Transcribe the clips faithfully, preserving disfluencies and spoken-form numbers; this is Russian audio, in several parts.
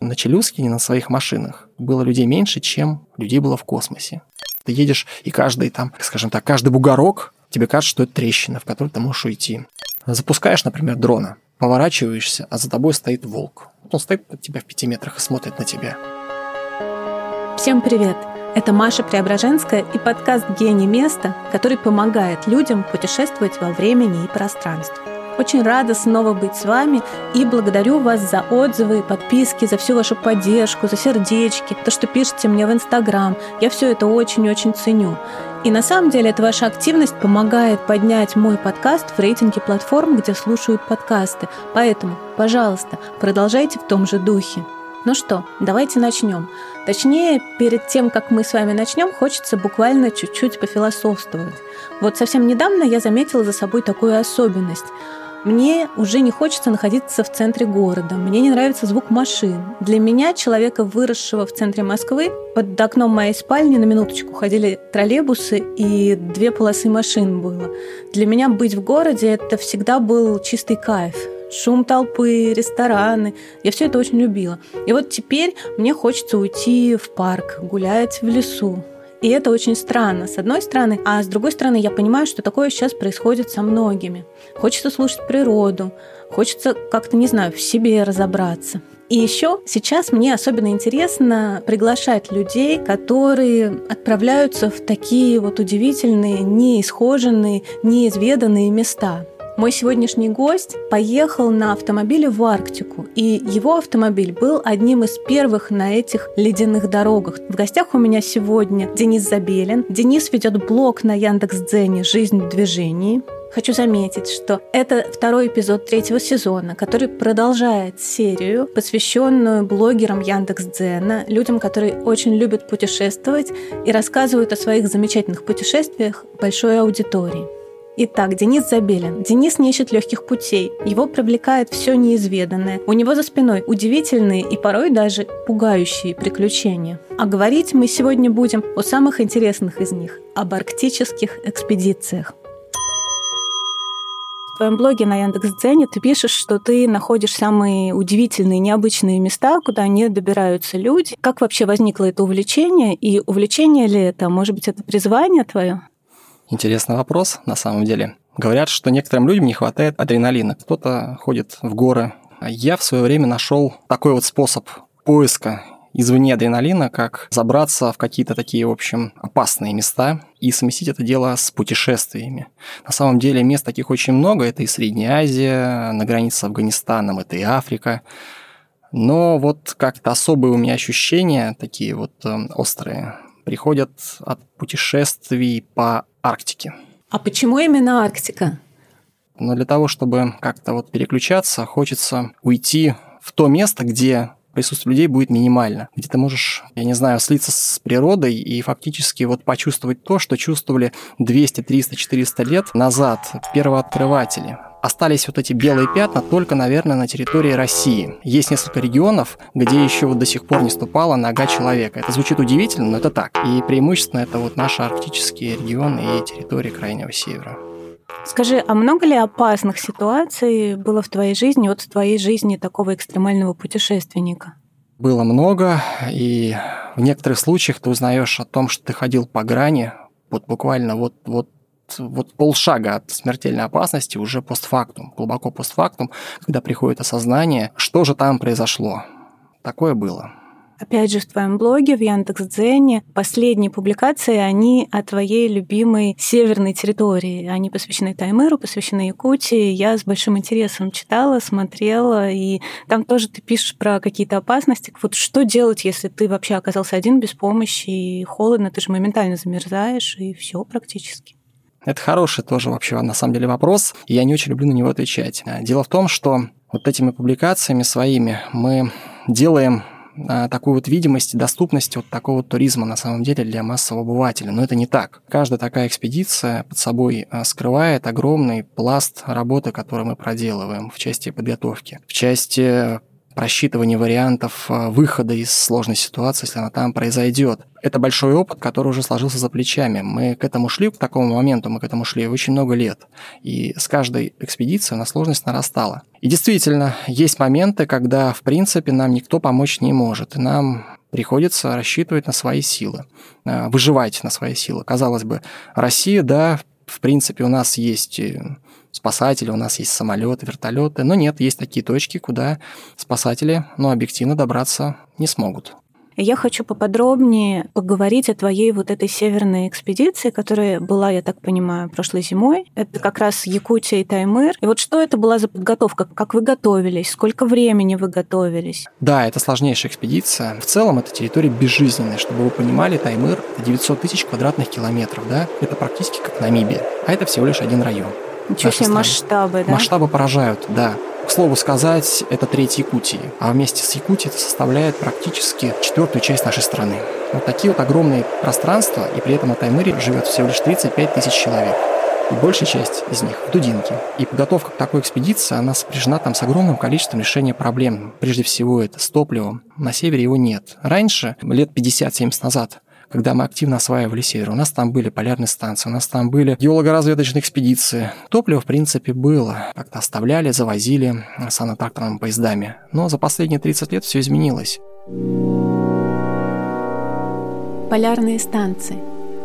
на Челюскине на своих машинах было людей меньше, чем людей было в космосе. Ты едешь, и каждый там, скажем так, каждый бугорок, тебе кажется, что это трещина, в которую ты можешь уйти. Запускаешь, например, дрона, поворачиваешься, а за тобой стоит волк. Он стоит от тебя в пяти метрах и смотрит на тебя. Всем привет! Это Маша Преображенская и подкаст «Гений места», который помогает людям путешествовать во времени и пространстве. Очень рада снова быть с вами и благодарю вас за отзывы, подписки, за всю вашу поддержку, за сердечки, то, что пишете мне в Инстаграм. Я все это очень-очень ценю. И на самом деле эта ваша активность помогает поднять мой подкаст в рейтинге платформ, где слушают подкасты. Поэтому, пожалуйста, продолжайте в том же духе. Ну что, давайте начнем. Точнее, перед тем, как мы с вами начнем, хочется буквально чуть-чуть пофилософствовать. Вот совсем недавно я заметила за собой такую особенность. Мне уже не хочется находиться в центре города, мне не нравится звук машин. Для меня, человека, выросшего в центре Москвы, под окном моей спальни на минуточку ходили троллейбусы и две полосы машин было. Для меня быть в городе – это всегда был чистый кайф. Шум толпы, рестораны. Я все это очень любила. И вот теперь мне хочется уйти в парк, гулять в лесу. И это очень странно, с одной стороны. А с другой стороны, я понимаю, что такое сейчас происходит со многими. Хочется слушать природу, хочется как-то, не знаю, в себе разобраться. И еще сейчас мне особенно интересно приглашать людей, которые отправляются в такие вот удивительные, неисхоженные, неизведанные места. Мой сегодняшний гость поехал на автомобиле в Арктику, и его автомобиль был одним из первых на этих ледяных дорогах. В гостях у меня сегодня Денис Забелин. Денис ведет блог на Яндекс.Дзене «Жизнь в движении». Хочу заметить, что это второй эпизод третьего сезона, который продолжает серию, посвященную блогерам Яндекс.Дзена, людям, которые очень любят путешествовать и рассказывают о своих замечательных путешествиях большой аудитории. Итак, Денис Забелин. Денис не ищет легких путей. Его привлекает все неизведанное. У него за спиной удивительные и порой даже пугающие приключения. А говорить мы сегодня будем о самых интересных из них – об арктических экспедициях. В твоем блоге на Яндекс.Дзене ты пишешь, что ты находишь самые удивительные, необычные места, куда не добираются люди. Как вообще возникло это увлечение? И увлечение ли это? Может быть, это призвание твое? Интересный вопрос, на самом деле. Говорят, что некоторым людям не хватает адреналина. Кто-то ходит в горы. Я в свое время нашел такой вот способ поиска извне адреналина, как забраться в какие-то такие, в общем, опасные места и совместить это дело с путешествиями. На самом деле мест таких очень много. Это и Средняя Азия, на границе с Афганистаном, это и Африка. Но вот как-то особые у меня ощущения, такие вот э, острые, приходят от путешествий по Арктике. А почему именно Арктика? Но для того, чтобы как-то вот переключаться, хочется уйти в то место, где присутствие людей будет минимально, где ты можешь, я не знаю, слиться с природой и фактически вот почувствовать то, что чувствовали двести, триста, четыреста лет назад первооткрыватели. Остались вот эти белые пятна только, наверное, на территории России. Есть несколько регионов, где еще вот до сих пор не ступала нога человека. Это звучит удивительно, но это так. И преимущественно это вот наши арктические регионы и территории Крайнего Севера. Скажи, а много ли опасных ситуаций было в твоей жизни, вот в твоей жизни такого экстремального путешественника? Было много, и в некоторых случаях ты узнаешь о том, что ты ходил по грани, вот буквально вот, вот вот полшага от смертельной опасности уже постфактум, глубоко постфактум, когда приходит осознание, что же там произошло. Такое было. Опять же, в твоем блоге, в Яндекс.Дзене, последние публикации, они о твоей любимой северной территории. Они посвящены Таймыру, посвящены Якутии. Я с большим интересом читала, смотрела, и там тоже ты пишешь про какие-то опасности. Вот что делать, если ты вообще оказался один, без помощи, и холодно, ты же моментально замерзаешь, и все практически. Это хороший тоже вообще на самом деле вопрос, и я не очень люблю на него отвечать. Дело в том, что вот этими публикациями своими мы делаем такую вот видимость, доступность вот такого туризма на самом деле для массового обывателя. Но это не так. Каждая такая экспедиция под собой скрывает огромный пласт работы, которую мы проделываем в части подготовки, в части просчитывание вариантов выхода из сложной ситуации, если она там произойдет. Это большой опыт, который уже сложился за плечами. Мы к этому шли, к такому моменту, мы к этому шли очень много лет. И с каждой экспедицией у нас сложность нарастала. И действительно, есть моменты, когда, в принципе, нам никто помочь не может. И нам приходится рассчитывать на свои силы, выживать на свои силы. Казалось бы, Россия, да, в принципе, у нас есть спасатели, у нас есть самолеты, вертолеты, но нет, есть такие точки, куда спасатели, ну, объективно добраться не смогут. Я хочу поподробнее поговорить о твоей вот этой северной экспедиции, которая была, я так понимаю, прошлой зимой. Это как раз Якутия и Таймыр. И вот что это была за подготовка? Как вы готовились? Сколько времени вы готовились? Да, это сложнейшая экспедиция. В целом, это территория безжизненная. Чтобы вы понимали, Таймыр – это девятьсот тысяч квадратных километров, да? Это практически как Намибия. А это всего лишь один район. Ничего себе, масштабы, да? Масштабы поражают, да. К слову сказать, это треть Якутии, а вместе с Якутией это составляет практически четвертую часть нашей страны. Вот такие вот огромные пространства, и при этом на Таймыре живет всего лишь тридцать пять тысяч человек. И большая часть из них в Дудинке. И подготовка к такой экспедиции, она сопряжена там с огромным количеством решения проблем. Прежде всего, это с топливом. На севере его нет. Раньше, лет пятьдесят-семьдесят назад, когда мы активно осваивали север, у нас там были полярные станции, у нас там были геолого-разведочные экспедиции. Топливо, в принципе, было. Как-то оставляли, завозили санно-тракторными поездами. Но за последние тридцать лет все изменилось. Полярные станции.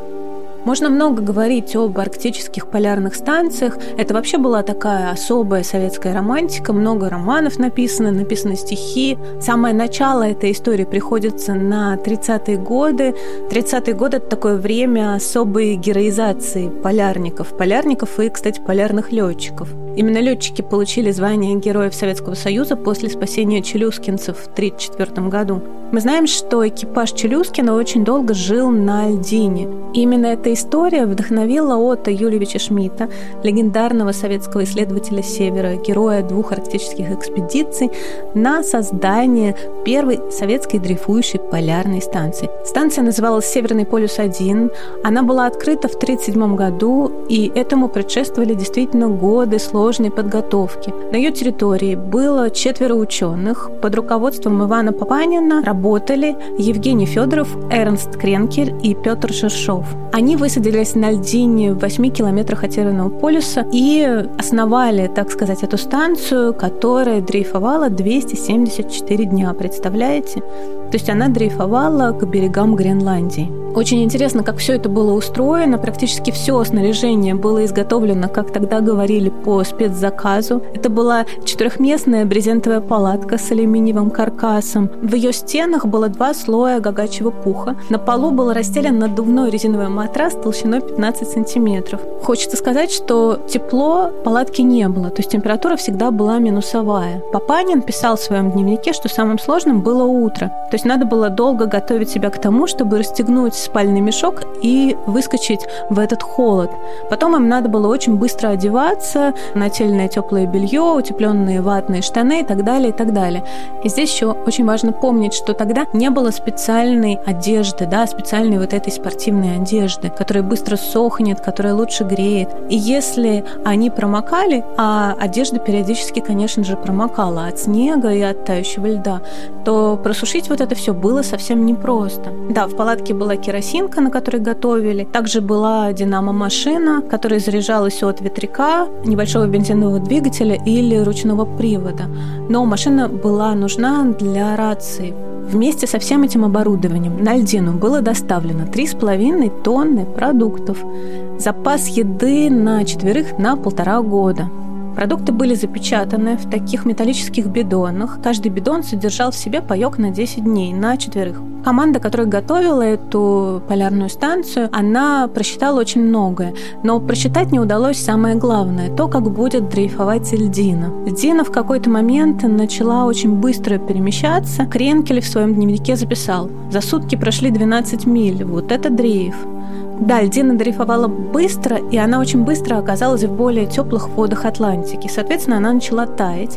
Можно много говорить об арктических полярных станциях. Это вообще была такая особая советская романтика. Много романов написано, написаны стихи. Самое начало этой истории приходится на тридцатые годы. тридцатые годы – это такое время особой героизации полярников. Полярников и, кстати, полярных летчиков. Именно летчики получили звание Героев Советского Союза после спасения челюскинцев в тысяча девятьсот тридцать четвёртом году. Мы знаем, что экипаж Челюскина очень долго жил на льдине. И именно эта история вдохновила Отто Юльевича Шмидта, легендарного советского исследователя Севера, героя двух арктических экспедиций, на создание первой советской дрейфующей полярной станции. Станция называлась «Северный полюс-один». Она была открыта в тысяча девятьсот тридцать седьмом году, и этому предшествовали действительно годы сложной подготовки. На ее территории было четверо ученых. Под руководством Ивана Папанина работали Евгений Федоров, Эрнст Кренкель и Петр Шершов. Они высадились на льдине в восьми километрах от Северного полюса и основали, так сказать, эту станцию, которая дрейфовала двести семьдесят четыре дня. Представляете? То есть она дрейфовала к берегам Гренландии. Очень интересно, как все это было устроено. Практически все снаряжение было изготовлено, как тогда говорили, по спецзаказу. Это была четырехместная брезентовая палатка с алюминиевым каркасом. В ее стенах было два слоя гагачьего пуха. На полу был расстелен надувной резиновый матрас толщиной пятнадцать сантиметров. Хочется сказать, что тепло палатки не было, то есть температура всегда была минусовая. Папанин писал в своем дневнике, что самым сложным было утро. То есть надо было долго готовить себя к тому, чтобы расстегнуть спальный мешок и выскочить в этот холод. Потом им надо было очень быстро одеваться, нательное теплое белье, утепленные ватные штаны и так далее, и так далее. И здесь еще очень важно помнить, что тогда не было специальной одежды, да, специальной вот этой спортивной одежды, которая быстро сохнет, которая лучше греет. И если они промокали, а одежда периодически, конечно же, промокала от снега и от тающего льда, то просушить вот это все было совсем непросто. Да, в палатке была керосинка, на которой готовили. Также была динамо-машина, которая заряжалась от ветряка, небольшого бензинового двигателя или ручного привода. Но машина была нужна для рации. Вместе со всем этим оборудованием на льдину было доставлено три с половиной тонны продуктов. Запас еды на четверых на полтора года. Продукты были запечатаны в таких металлических бидонах. Каждый бидон содержал в себе паёк на десять дней, на четверых. Команда, которая готовила эту полярную станцию, она просчитала очень многое. Но просчитать не удалось самое главное – то, как будет дрейфовать льдина. Льдина в какой-то момент начала очень быстро перемещаться. Кренкель в своем дневнике записал: «За сутки прошли двенадцать миль. Вот это дрейф». Да, льдина дрейфовала быстро, и она очень быстро оказалась в более теплых водах Атлантики. Соответственно, она начала таять.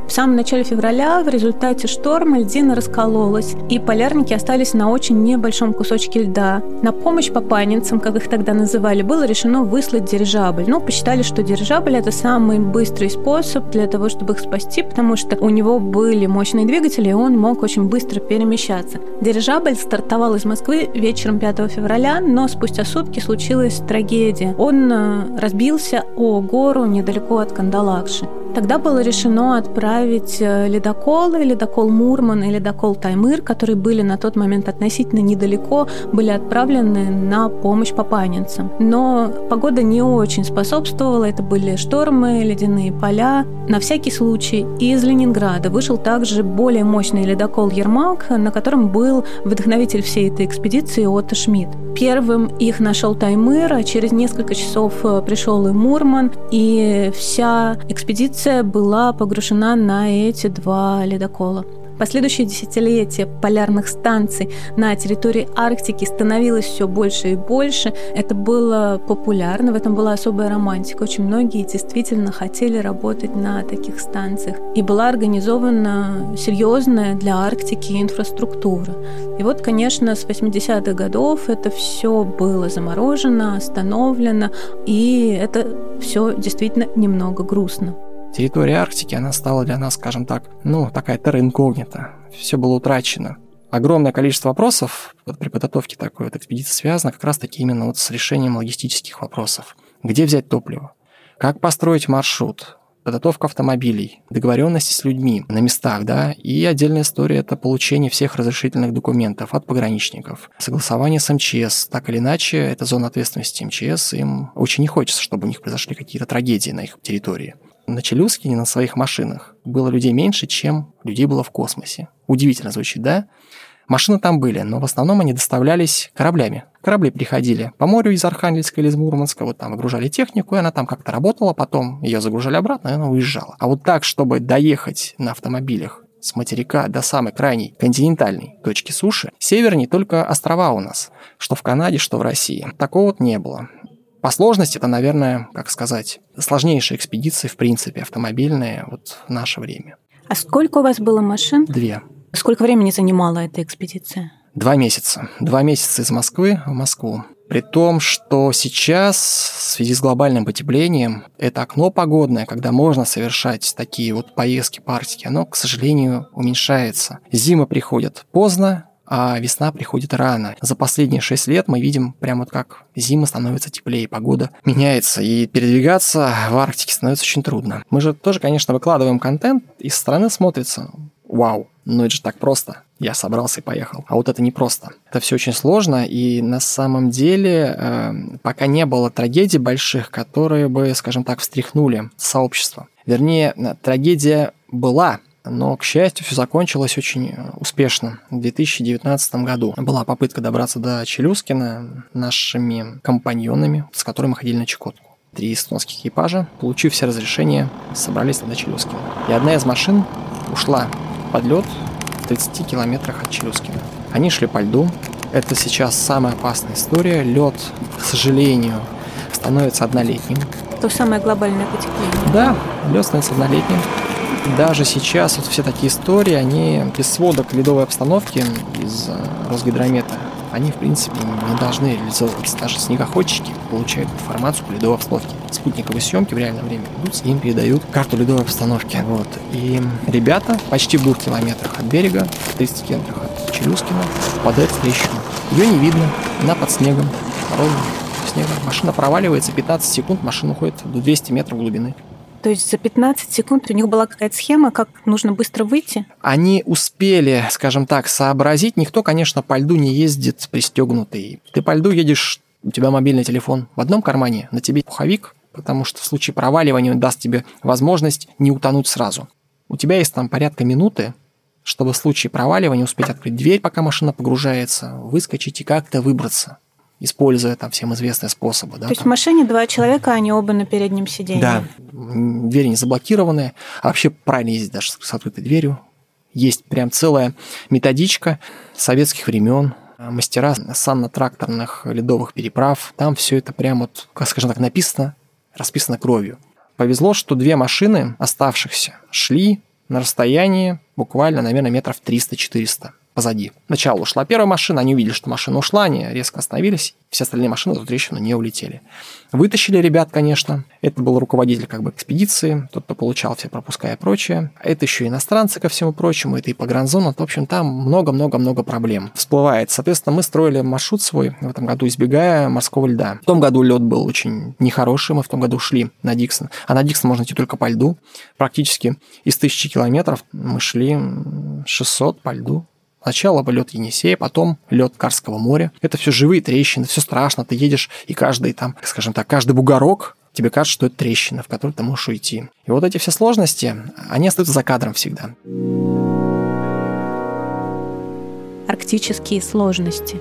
В самом начале февраля в результате шторма льдина раскололась, и полярники остались на очень небольшом кусочке льда. На помощь папанинцам, как их тогда называли, было решено выслать дирижабль. Но посчитали, что дирижабль – это самый быстрый способ для того, чтобы их спасти, потому что у него были мощные двигатели, и он мог очень быстро перемещаться. Дирижабль стартовал из Москвы вечером пятого февраля, но спустя сутки случилась трагедия. Он разбился о гору недалеко от Кандалакши. Тогда было решено отправить ледоколы, ледокол Мурман и ледокол Таймыр, которые были на тот момент относительно недалеко, были отправлены на помощь папанинцам. Но погода не очень способствовала, это были штормы, ледяные поля. На всякий случай из Ленинграда вышел также более мощный ледокол Ермак, на котором был вдохновитель всей этой экспедиции Отто Шмидт. Первым их нашел Таймыр, а через несколько часов пришел и Мурман, и вся экспедиция была погружена на эти два ледокола. Последующие десятилетия полярных станций на территории Арктики становилось все больше и больше. Это было популярно, в этом была особая романтика. Очень многие действительно хотели работать на таких станциях. И была организована серьезная для Арктики инфраструктура. И вот, конечно, с восьмидесятых годов это все было заморожено, остановлено, и это все действительно немного грустно. Территория Арктики, она стала для нас, скажем так, ну, такая терра инкогнита. Все было утрачено. Огромное количество вопросов при подготовке такой вот экспедиции связано как раз-таки именно вот с решением логистических вопросов. Где взять топливо? Как построить маршрут? Подготовка автомобилей, договоренности с людьми на местах, да, и отдельная история – это получение всех разрешительных документов от пограничников, согласование с эм че эс. Так или иначе, это зона ответственности эм че эс, им очень не хочется, чтобы у них произошли какие-то трагедии на их территории. На Челюскине на своих машинах было людей меньше, чем людей было в космосе. Удивительно звучит, да? Машины там были, но в основном они доставлялись кораблями. Корабли приходили по морю из Архангельска или из Мурманска, вот там выгружали технику, и она там как-то работала, потом ее загружали обратно, и она уезжала. А вот так, чтобы доехать на автомобилях с материка до самой крайней континентальной точки суши, севернее только острова у нас, что в Канаде, что в России. Такого вот не было. По сложности это, наверное, как сказать, сложнейшая экспедиция, в принципе, автомобильная вот в наше время. А сколько у вас было машин? Две. Сколько времени занимала эта экспедиция? Два месяца. Два месяца из Москвы в Москву. При том, что сейчас, в связи с глобальным потеплением, это окно погодное, когда можно совершать такие вот поездки по Арктике, оно, к сожалению, уменьшается. Зимы приходят поздно, а весна приходит рано. За последние шесть лет мы видим прямо вот как зима становится теплее, погода меняется, и передвигаться в Арктике становится очень трудно. Мы же тоже, конечно, выкладываем контент, и со стороны смотрится вау, ну это же так просто. Я собрался и поехал. А вот это не просто. Это все очень сложно, и на самом деле э, пока не было трагедий больших, которые бы, скажем так, встряхнули сообщество. Вернее, трагедия была, но, к счастью, все закончилось очень успешно. В две тысячи девятнадцатом году была попытка добраться до Челюскина нашими компаньонами, с которыми мы ходили на Чукотку. Три эстонских экипажа, получив все разрешения, собрались до Челюскина. И одна из машин ушла под лед в тридцати километрах от Челюскина. Они шли по льду. Это сейчас самая опасная история. Лед, к сожалению, становится однолетним. То самое глобальное потепление. Да, лед становится однолетним. Даже сейчас вот все такие истории, они без сводок ледовой обстановки из Росгидромета, они, в принципе, не должны реализовываться. Даже снегоходчики получают информацию по ледовой обстановке. Спутниковые съемки в реальном времени идут, им передают карту ледовой обстановки. Вот. И ребята почти в двух километрах от берега, в тридцати километрах от Челюскина, попадают в трещину. Ее не видно, она под снегом, ровно снега. Машина проваливается, пятнадцать секунд, машина уходит до двухсот метров глубины. То есть за пятнадцать секунд у них была какая-то схема, как нужно быстро выйти? Они успели, скажем так, сообразить. Никто, конечно, по льду не ездит пристегнутый. Ты по льду едешь, у тебя мобильный телефон в одном кармане, на тебе пуховик, потому что в случае проваливания он даст тебе возможность не утонуть сразу. У тебя есть там порядка минуты, чтобы в случае проваливания успеть открыть дверь, пока машина погружается, выскочить и как-то выбраться, используя там всем известные способы. Да, То есть там. В машине два человека, они оба на переднем сиденье? Да, двери не заблокированные. А вообще правильно ездить даже с открытой дверью. Есть прям целая методичка советских времен, мастера санно-тракторных ледовых переправ. Там все это прям вот, как скажем так, написано, расписано кровью. Повезло, что две машины оставшихся шли на расстоянии буквально, наверное, метров триста-четыреста позади. Сначала ушла первая машина, они увидели, что машина ушла, они резко остановились, все остальные машины в эту трещину не улетели. Вытащили ребят, конечно. Это был руководитель как бы экспедиции, тот, кто получал все пропуска и прочее. Это еще иностранцы ко всему прочему, это и погранзона. В общем, там много-много-много проблем всплывает. Соответственно, мы строили маршрут свой в этом году, избегая морского льда. В том году лед был очень нехороший, мы в том году шли на Диксон. А на Диксон можно идти только по льду. Практически из тысячи километров мы шли шестьсот по льду. Сначала лед Енисея, потом лед Карского моря. Это все живые трещины, все страшно. Ты едешь, и каждый там, скажем так, каждый бугорок, тебе кажется, что это трещина, в которую ты можешь уйти. И вот эти все сложности, они остаются за кадром всегда. Арктические сложности.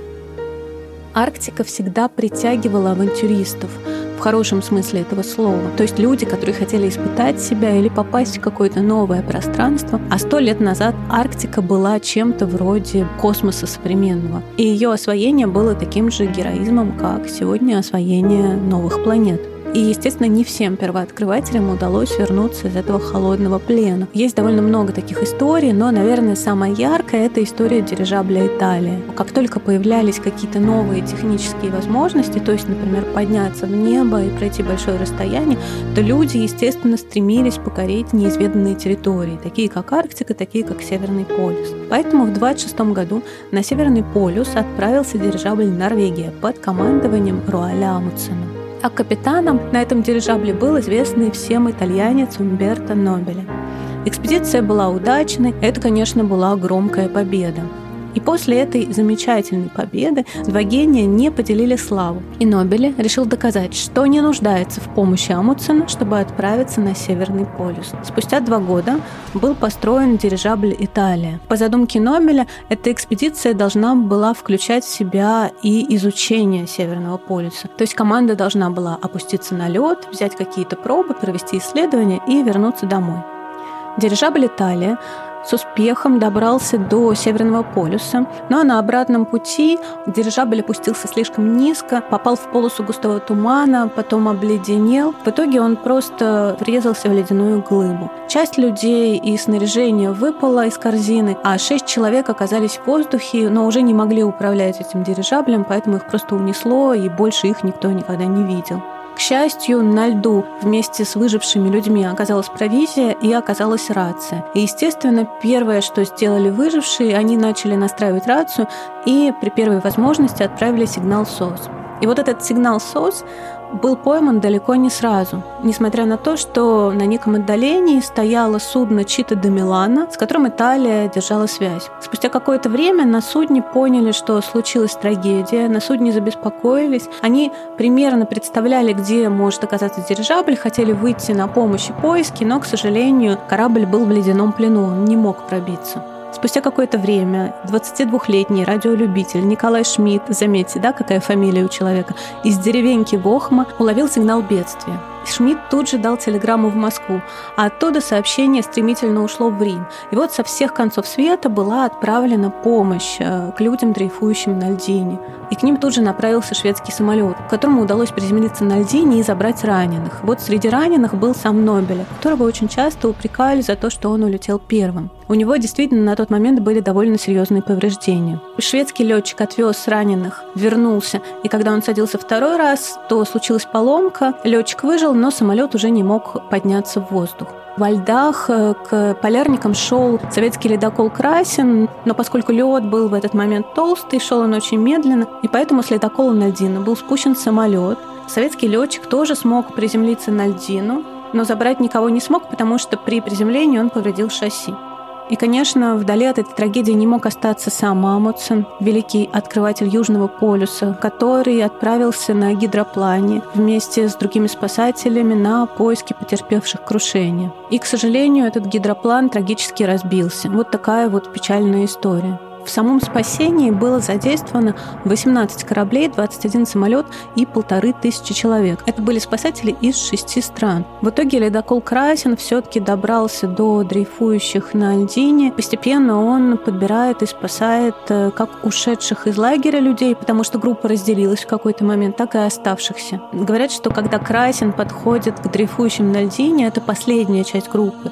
Арктика всегда притягивала авантюристов, в хорошем смысле этого слова. То есть люди, которые хотели испытать себя или попасть в какое-то новое пространство. А сто лет назад Арктика была чем-то вроде космоса современного. И ее освоение было таким же героизмом, как сегодня освоение новых планет. И, естественно, не всем первооткрывателям удалось вернуться из этого холодного плена. Есть довольно много таких историй, но, наверное, самая яркая — это история дирижабля «Италия». Как только появлялись какие-то новые технические возможности, то есть, например, подняться в небо и пройти большое расстояние, то люди, естественно, стремились покорить неизведанные территории, такие как Арктика, такие как Северный полюс. Поэтому в двадцать шестом году на Северный полюс отправился дирижабль «Норвегия» под командованием Руаля Амундсена. А капитаном на этом дирижабле был известный всем итальянец Умберто Нобеле. Экспедиция была удачной, это, конечно, была громкая победа. И после этой замечательной победы два гения не поделили славу. И Нобеле решил доказать, что не нуждается в помощи Амундсена, чтобы отправиться на Северный полюс. Спустя два года был построен дирижабль «Италия». По задумке Нобеля, эта экспедиция должна была включать в себя и изучение Северного полюса. То есть команда должна была опуститься на лед, взять какие-то пробы, провести исследования и вернуться домой. Дирижабль «Италия» с успехом добрался до Северного полюса, но на обратном пути дирижабль опустился слишком низко, попал в полосу густого тумана, потом обледенел. В итоге он просто врезался в ледяную глыбу. Часть людей и снаряжения выпала из корзины, а шесть человек оказались в воздухе, но уже не могли управлять этим дирижаблем, поэтому их просто унесло, и больше их никто никогда не видел. К счастью, на льду вместе с выжившими людьми оказалась провизия и оказалась рация. И, естественно, первое, что сделали выжившие, они начали настраивать рацию и при первой возможности отправили сигнал СОС. И вот этот сигнал СОС был пойман далеко не сразу, несмотря на то, что на неком отдалении стояло судно Чита де Милано, с которым Италия держала связь. Спустя какое-то время на судне поняли, что случилась трагедия, на судне забеспокоились. Они примерно представляли, где может оказаться дирижабль, хотели выйти на помощь и поиски, но, к сожалению, корабль был в ледяном плену, он не мог пробиться. Спустя какое-то время двадцатидвухлетний радиолюбитель Николай Шмидт, заметьте, да, какая фамилия у человека, из деревеньки Бохма уловил сигнал бедствия. Шмидт тут же дал телеграмму в Москву, а оттуда сообщение стремительно ушло в Рим. И вот со всех концов света была отправлена помощь к людям, дрейфующим на льдине. И к ним тут же направился шведский самолет, которому удалось приземлиться на льдине и забрать раненых. Вот среди раненых был сам Нобеле, которого очень часто упрекали за то, что он улетел первым. У него действительно на тот момент были довольно серьезные повреждения. Шведский летчик отвез раненых, вернулся, и когда он садился второй раз, то случилась поломка, летчик выжил, но самолет уже не мог подняться в воздух. Во льдах к полярникам шел советский ледокол «Красин», но поскольку лед был в этот момент толстый, шел он очень медленно, и поэтому с ледокола на льдину был спущен самолет. Советский летчик тоже смог приземлиться на льдину, но забрать никого не смог, потому что при приземлении он повредил шасси. И, конечно, вдали от этой трагедии не мог остаться сам Амундсен, великий открыватель Южного полюса, который отправился на гидроплане вместе с другими спасателями на поиски потерпевших крушение. И, к сожалению, этот гидроплан трагически разбился. Вот такая вот печальная история. В самом спасении было задействовано восемнадцать кораблей, двадцать один самолет и полторы тысячи человек. Это были спасатели из шести стран. В итоге ледокол «Красин» все-таки добрался до дрейфующих на льдине. Постепенно он подбирает и спасает как ушедших из лагеря людей, потому что группа разделилась в какой-то момент, так и оставшихся. Говорят, что когда «Красин» подходит к дрейфующим на льдине, это последняя часть группы.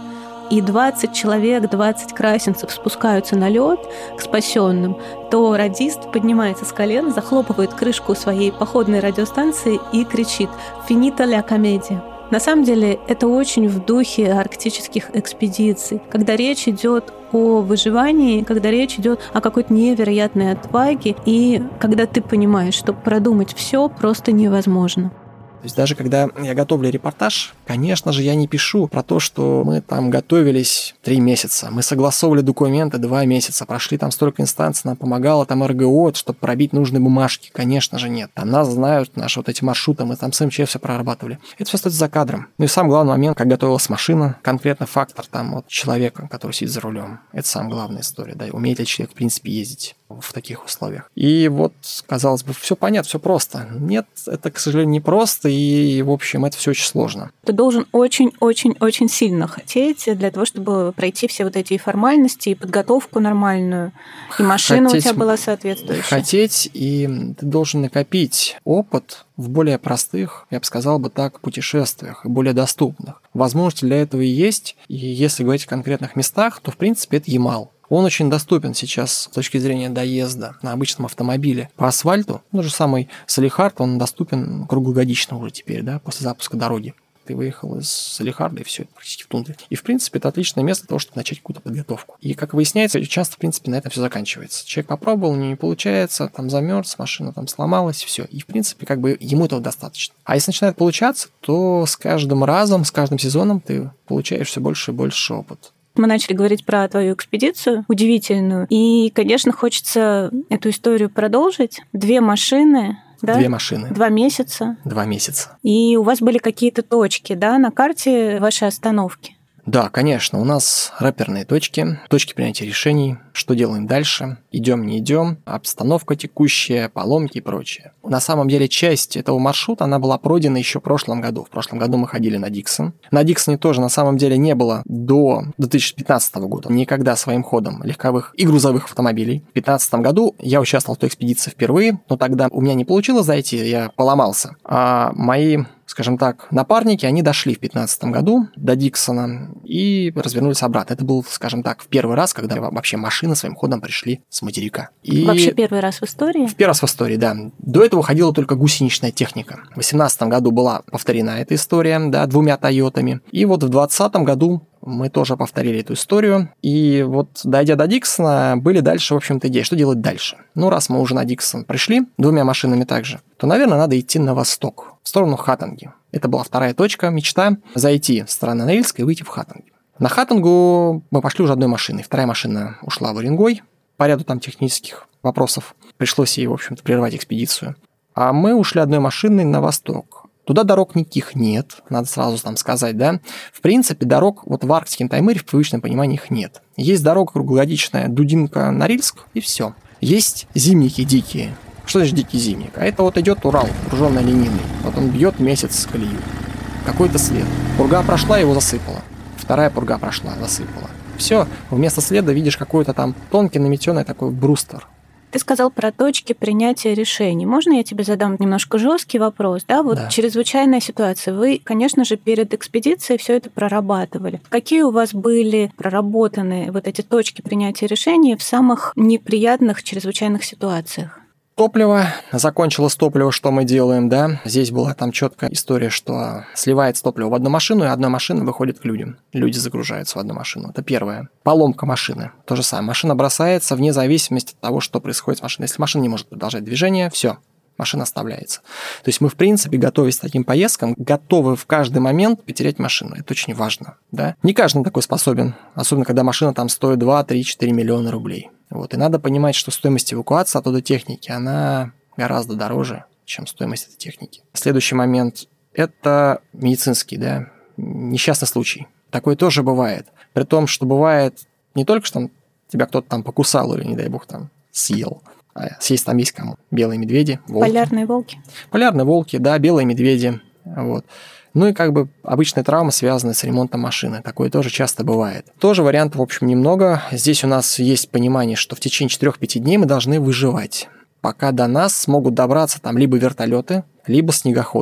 и двадцать человек, двадцать красенцев спускаются на лед к спасенным, то радист поднимается с колен, захлопывает крышку своей походной радиостанции и кричит «Финита ля комедия». На самом деле это очень в духе арктических экспедиций, когда речь идет о выживании, когда речь идет о какой-то невероятной отваге, и когда ты понимаешь, что продумать все просто невозможно. То есть даже когда я готовлю репортаж, конечно же, я не пишу про то, что мы там готовились три месяца, мы согласовывали документы два месяца, прошли там столько инстанций, нам помогало там эр гэ о, чтобы пробить нужные бумажки. Конечно же, нет. Там нас знают, наши вот эти маршруты, мы там с эм че все прорабатывали. Это все остается за кадром. Ну и самый главный момент, как готовилась машина, конкретно фактор там вот человека, который сидит за рулем. Это самая главная история, да, умеет ли человек, в принципе, ездить в таких условиях. И вот, казалось бы, все понятно, все просто. Нет, это, к сожалению, не просто, и, в общем, это все очень сложно. Ты должен очень-очень-очень сильно хотеть для того, чтобы пройти все вот эти формальности и подготовку нормальную, и машина хотеть, у тебя была соответствующая. Хотеть, и ты должен накопить опыт в более простых, я бы сказал бы так, путешествиях, и более доступных. Возможности для этого и есть, и если говорить о конкретных местах, то, в принципе, это Ямал. Он очень доступен сейчас с точки зрения доезда на обычном автомобиле по асфальту. Ну же самый Салехард, он доступен круглогодично уже теперь, да, после запуска дороги. Ты выехал из Салехарда, и все, это практически в тундре. И, в принципе, это отличное место для того, чтобы начать какую-то подготовку. И, как выясняется, часто, в принципе, на этом все заканчивается. Человек попробовал, не получается, там замерз, машина там сломалась, все. И, в принципе, как бы ему этого достаточно. А если начинает получаться, то с каждым разом, с каждым сезоном ты получаешь все больше и больше опыта. Мы начали говорить про твою экспедицию удивительную. И, конечно, хочется эту историю продолжить. Две машины, да? Две машины. Два месяца. Два месяца. И у вас были какие-то точки, да, на карте вашей остановки? Да, конечно, у нас рэперные точки, точки принятия решений, что делаем дальше, идем, не идем, обстановка текущая, поломки и прочее. На самом деле часть этого маршрута, она была пройдена еще в прошлом году. В прошлом году мы ходили на Диксон. На Диксоне тоже на самом деле не было до две тысячи пятнадцатого года никогда своим ходом легковых и грузовых автомобилей. В две тысячи пятнадцатом году я участвовал в той экспедиции впервые, но тогда у меня не получилось зайти, я поломался. А мои, скажем так, напарники, они дошли в две тысячи пятнадцатом году до Диксона и развернулись обратно. Это был, скажем так, в первый раз, когда вообще машины своим ходом пришли с материка. И вообще первый раз в истории? В первый раз в истории, да. До этого ходила только гусеничная техника. В две тысячи восемнадцатом году была повторена эта история, да, двумя Тойотами. И вот в двадцатом году мы тоже повторили эту историю. И вот, дойдя до Диксона, были дальше, в общем-то, идеи, что делать дальше. Ну, раз мы уже на Диксон пришли, двумя машинами также, то, наверное, надо идти на восток, в сторону Хатанги. Это была вторая точка, мечта, зайти с стороны Норильска и выйти в Хатанги. На Хатангу мы пошли уже одной машиной. Вторая машина ушла в Уренгой. По ряду там технических вопросов пришлось ей, в общем-то, прервать экспедицию. А мы ушли одной машиной на восток. Туда дорог никаких нет, надо сразу там сказать, да. В принципе, дорог вот в Арктике на Таймыре в привычном понимании их нет. Есть дорога круглогодичная Дудинка-Норильск, и все. Есть зимники дикие. Что значит дикий зимник? А это вот идет Урал, окруженный лениной. Вот он бьет месяц с колею. Какой-то след. Пурга прошла, его засыпала. Вторая пурга прошла, засыпала. Все, вместо следа видишь какой-то там тонкий наметенный такой брустер. Ты сказал про точки принятия решений. Можно я тебе задам немножко жесткий вопрос? Да, вот да. Чрезвычайная ситуация. Вы, конечно же, перед экспедицией все это прорабатывали. Какие у вас были проработаны вот эти точки принятия решений в самых неприятных чрезвычайных ситуациях? Топливо. Закончилось топливо, что мы делаем, да? Здесь была там четкая история, что сливается топливо в одну машину, и одна машина выходит к людям. Люди загружаются в одну машину. Это первое. Поломка машины. То же самое. Машина бросается вне зависимости от того, что происходит с машиной. Если машина не может продолжать движение, все, машина оставляется. То есть мы, в принципе, готовясь к таким поездкам, готовы в каждый момент потерять машину. Это очень важно, да? Не каждый такой способен, особенно когда машина там стоит два, три, четыре миллиона рублей. Вот. И надо понимать, что стоимость эвакуации оттуда техники, она гораздо дороже, чем стоимость этой техники. Следующий момент – это медицинский, да, несчастный случай. Такое тоже бывает. При том, что бывает не только, что тебя кто-то там покусал или, не дай бог, там съел, а съесть там есть кому. Белые медведи, волки. Полярные волки. Полярные волки, да, белые медведи. Вот. Ну и как бы обычная травма, связанная с ремонтом машины. Такое тоже часто бывает. Тоже вариантов, в общем, немного. Здесь у нас есть понимание, что в течение четырёх-пяти дней мы должны выживать, пока до нас смогут добраться там либо вертолеты, либо снегоходы.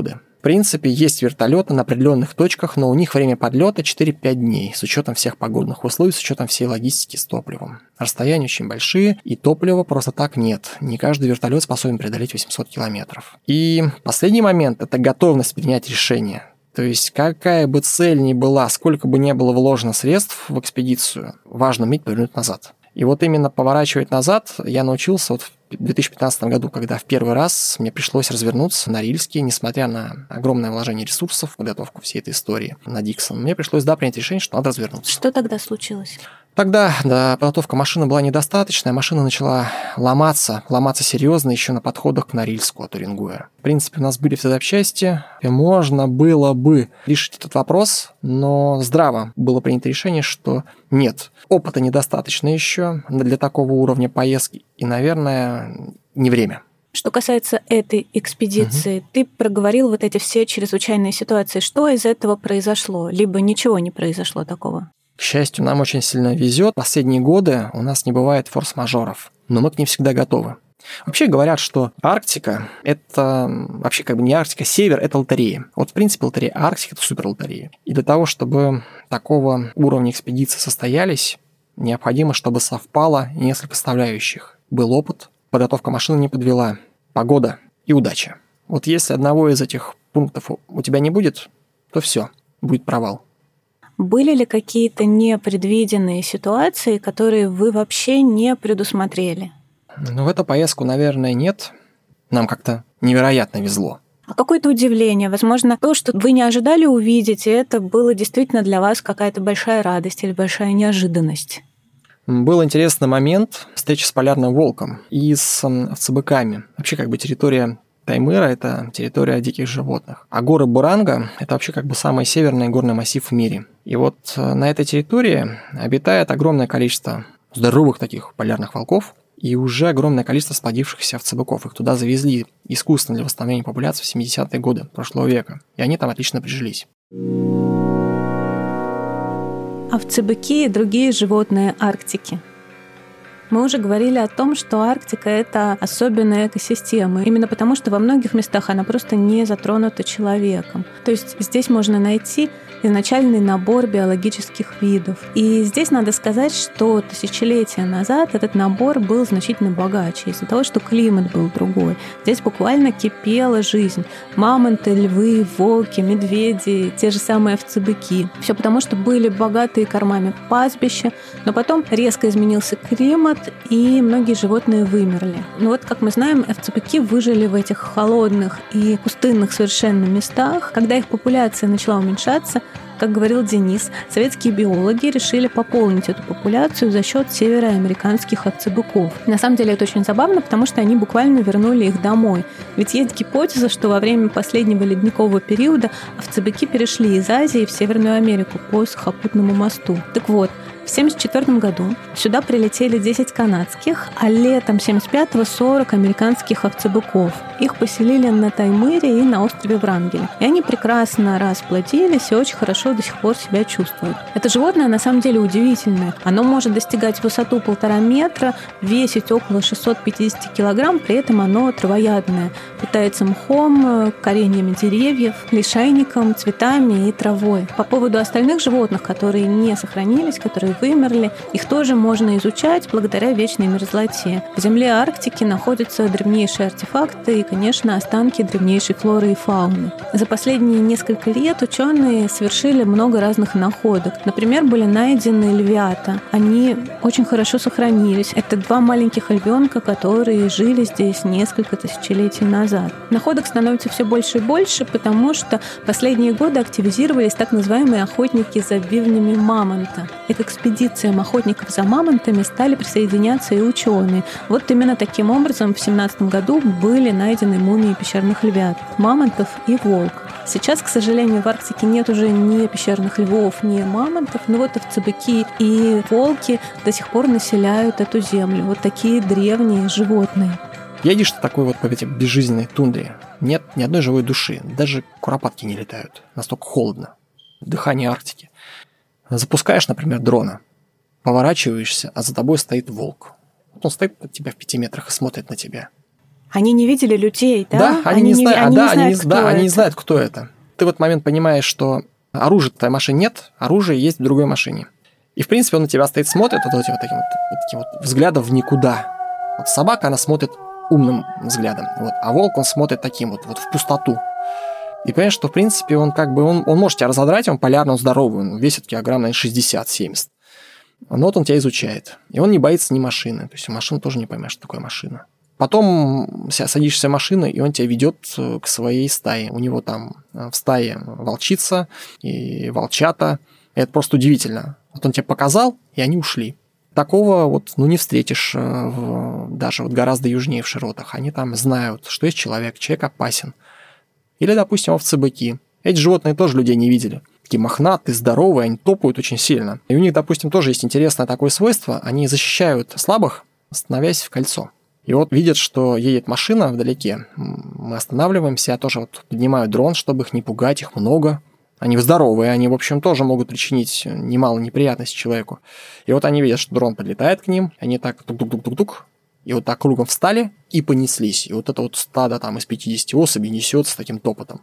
принципе, есть вертолеты на определенных точках, но у них время подлета четыре-пять дней, с учетом всех погодных условий, с учетом всей логистики с топливом. Расстояния очень большие, и топлива просто так нет. Не каждый вертолет способен преодолеть восемьсот километров. И последний момент – это готовность принять решение. То есть, какая бы цель ни была, сколько бы ни было вложено средств в экспедицию, важно уметь повернуть назад. И вот именно поворачивать назад я научился вот в две тысячи пятнадцатом году, когда в первый раз мне пришлось развернуться на Норильске, несмотря на огромное вложение ресурсов в подготовку всей этой истории на Диксон. Мне пришлось, да, принять решение, что надо развернуться. Что тогда случилось? Тогда, да, подготовка машины была недостаточная, машина начала ломаться, ломаться серьезно еще на подходах к Норильску от Уренгоя. В принципе, у нас были все запчасти, и можно было бы решить этот вопрос, но здраво было принято решение, что нет, опыта недостаточно еще для такого уровня поездки, и, наверное, не время. Что касается этой экспедиции, угу. ты проговорил вот эти все чрезвычайные ситуации. Что из этого произошло? Либо ничего не произошло такого? К счастью, нам очень сильно везет. Последние годы у нас не бывает форс-мажоров, но мы к ним всегда готовы. Вообще говорят, что Арктика – это вообще как бы не Арктика, север – это лотерея. Вот в принципе лотерея, а Арктика – это суперлотерея. И для того, чтобы такого уровня экспедиции состоялись, необходимо, чтобы совпало несколько составляющих. Был опыт, подготовка машины не подвела, погода и удача. Вот если одного из этих пунктов у тебя не будет, то все, будет провал. Были ли какие-то непредвиденные ситуации, которые вы вообще не предусмотрели? Ну, в эту поездку, наверное, нет. Нам как-то невероятно везло. А какое-то удивление, возможно, то, что вы не ожидали увидеть, и это было действительно для вас какая-то большая радость или большая неожиданность? Был интересный момент встречи с полярным волком и с овцебыками. Вообще, как бы территория Таймыра – это территория диких животных. А горы Буранга – это вообще как бы самый северный горный массив в мире. И вот на этой территории обитает огромное количество здоровых таких полярных волков и уже огромное количество сплодившихся овцебыков. Их туда завезли искусственно для восстановления популяции в семидесятые годы прошлого века. И они там отлично прижились. Овцебыки и другие животные Арктики. Мы уже говорили о том, что Арктика – это особенная экосистема, именно потому, что во многих местах она просто не затронута человеком. То есть здесь можно найти изначальный набор биологических видов. И здесь надо сказать, что тысячелетия назад этот набор был значительно богаче из-за того, что климат был другой. Здесь буквально кипела жизнь. Мамонты, львы, волки, медведи, те же самые овцебыки. Все потому, что были богатые кормами пастбища, но потом резко изменился климат, и многие животные вымерли. Но вот, как мы знаем, овцебыки выжили в этих холодных и пустынных совершенно местах. Когда их популяция начала уменьшаться, как говорил Денис, советские биологи решили пополнить эту популяцию за счет североамериканских овцебыков. На самом деле это очень забавно, потому что они буквально вернули их домой. Ведь есть гипотеза, что во время последнего ледникового периода овцебыки перешли из Азии в Северную Америку по сухопутному мосту. Так вот, в семьдесят четвёртом году сюда прилетели десять канадских, а летом семьдесят пятого сорок американских овцебыков. Их поселили на Таймыре и на острове Врангеля. И они прекрасно расплодились и очень хорошо до сих пор себя чувствуют. Это животное на самом деле удивительное. Оно может достигать высоту полтора метра, весить около шестьсот пятьдесят килограмм, при этом оно травоядное. Питается мхом, кореньями деревьев, лишайником, цветами и травой. По поводу остальных животных, которые не сохранились, которые вымерли, их тоже можно изучать благодаря вечной мерзлоте. В земле Арктики находятся древнейшие артефакты и, конечно, останки древнейшей флоры и фауны. За последние несколько лет ученые совершили много разных находок. Например, были найдены львята. Они очень хорошо сохранились. Это два маленьких львенка, которые жили здесь несколько тысячелетий назад. Находок становится все больше и больше, потому что в последние годы активизировались так называемые охотники за бивнями мамонта. И к экспедициям охотников за мамонтами стали присоединяться и ученые. Вот именно таким образом в семнадцатом году были найдены мумии пещерных львят, мамонтов и волк. Сейчас, к сожалению, в Арктике нет уже ни пещерных львов, ни мамонтов, но вот овцебыки и волки до сих пор населяют эту землю. Вот такие древние животные. Едешь ты такой вот по этой безжизненной тундре, нет ни одной живой души, даже куропатки не летают, настолько холодно. Дыхание Арктики. Запускаешь, например, дрона, поворачиваешься, а за тобой стоит волк. Он стоит от тебя в пяти метрах и смотрит на тебя. Они не видели людей, да? Да, они, они, не, знают, они, они, да, не, знают, они, кто да, это. они не знают, кто это. Ты в этот момент понимаешь, что оружия в твоей машине нет, оружие есть в другой машине. И, в принципе, он на тебя стоит, смотрит вот, вот, вот таким вот, вот, таким вот взглядом в никуда. Вот собака, она смотрит умным взглядом, вот, а волк, он смотрит таким вот, вот в пустоту. И понимаешь, что, в принципе, он как бы, он, он может тебя разодрать, он полярно он здоровый, он весит килограмм, наверное, шестьдесят-семьдесят. Но вот он тебя изучает. И он не боится ни машины. То есть машину тоже не поймешь, что такое машина. Потом садишься в машину, и он тебя ведет к своей стае. У него там в стае волчица и волчата. И это просто удивительно. Вот он тебе показал, и они ушли. Такого вот, ну, не встретишь в, даже вот гораздо южнее в широтах. Они там знают, что есть человек, человек опасен. Или, допустим, овцы-быки. Эти животные тоже людей не видели. Такие мохнатые, здоровые, они топают очень сильно. И у них, допустим, тоже есть интересное такое свойство. Они защищают слабых, становясь в кольцо. И вот видят, что едет машина вдалеке. Мы останавливаемся, я тоже вот поднимаю дрон, чтобы их не пугать, их много. Они здоровые, они, в общем, тоже могут причинить немало неприятностей человеку. И вот они видят, что дрон подлетает к ним, они так тук-тук-тук-тук-тук, и вот так кругом встали и понеслись. И вот это вот стадо там из пятидесяти особей несется с таким топотом.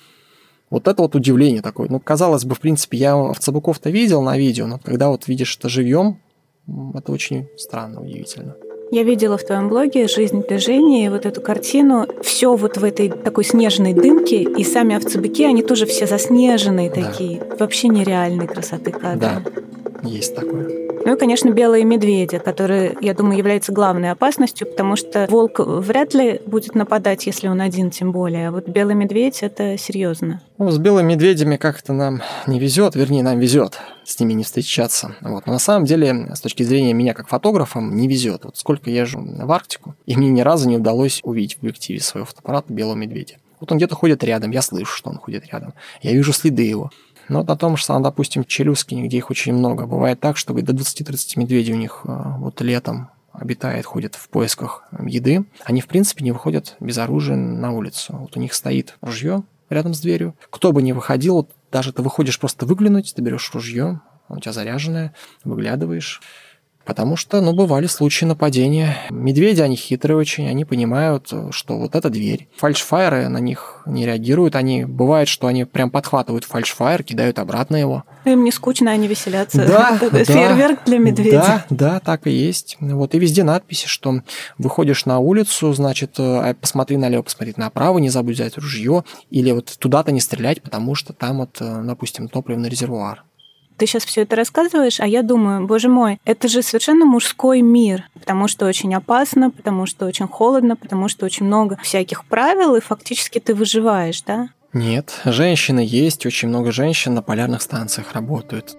Вот это вот удивление такое. Ну, казалось бы, в принципе, я овцебыков-то видел на видео, но когда вот видишь это живьем, это очень странно, удивительно. Я видела в твоем блоге «Жизнь в движении» вот эту картину. Все вот в этой такой снежной дымке, и сами овцебыки, они тоже все заснеженные такие. Да. Вообще нереальной красоты кадра. Да, есть такое. Ну и, конечно, белые медведи, которые, я думаю, являются главной опасностью, потому что волк вряд ли будет нападать, если он один, тем более. А вот белый медведь — это серьезно. Ну, с белыми медведями как-то нам не везет, вернее, нам везет с ними не встречаться. Вот. Но на самом деле, с точки зрения меня как фотографа, не везет. Вот сколько я езжу в Арктику, и мне ни разу не удалось увидеть в объективе своего фотоаппарата белого медведя. Вот он где-то ходит рядом, я слышу, что он ходит рядом, я вижу следы его. Но вот на том же самом, допустим, Челюскине, где их очень много, бывает так, что до двадцати-тридцати медведей у них вот летом обитает, ходят в поисках еды. Они, в принципе, не выходят без оружия на улицу. Вот у них стоит ружье рядом с дверью. Кто бы ни выходил, вот даже ты выходишь просто выглянуть, ты берешь ружье, у тебя заряженное, выглядываешь. Потому что, ну, бывали случаи нападения. Медведи, они хитрые очень, они понимают, что вот эта дверь. Фальшфайеры на них не реагируют. Они, бывает, что они прям подхватывают фальшфайер, кидают обратно его. Им не скучно, они веселятся. Да, да, фейерверк для медведей. Да, да, так и есть. Вот, и везде надписи, что выходишь на улицу, значит, посмотри налево, посмотри направо, не забудь взять ружье, или вот туда-то не стрелять, потому что там вот, допустим, топливный резервуар. Ты сейчас все это рассказываешь, а я думаю, боже мой, это же совершенно мужской мир, потому что очень опасно, потому что очень холодно, потому что очень много всяких правил, и фактически ты выживаешь, да? Нет, женщины есть, очень много женщин на полярных станциях работают.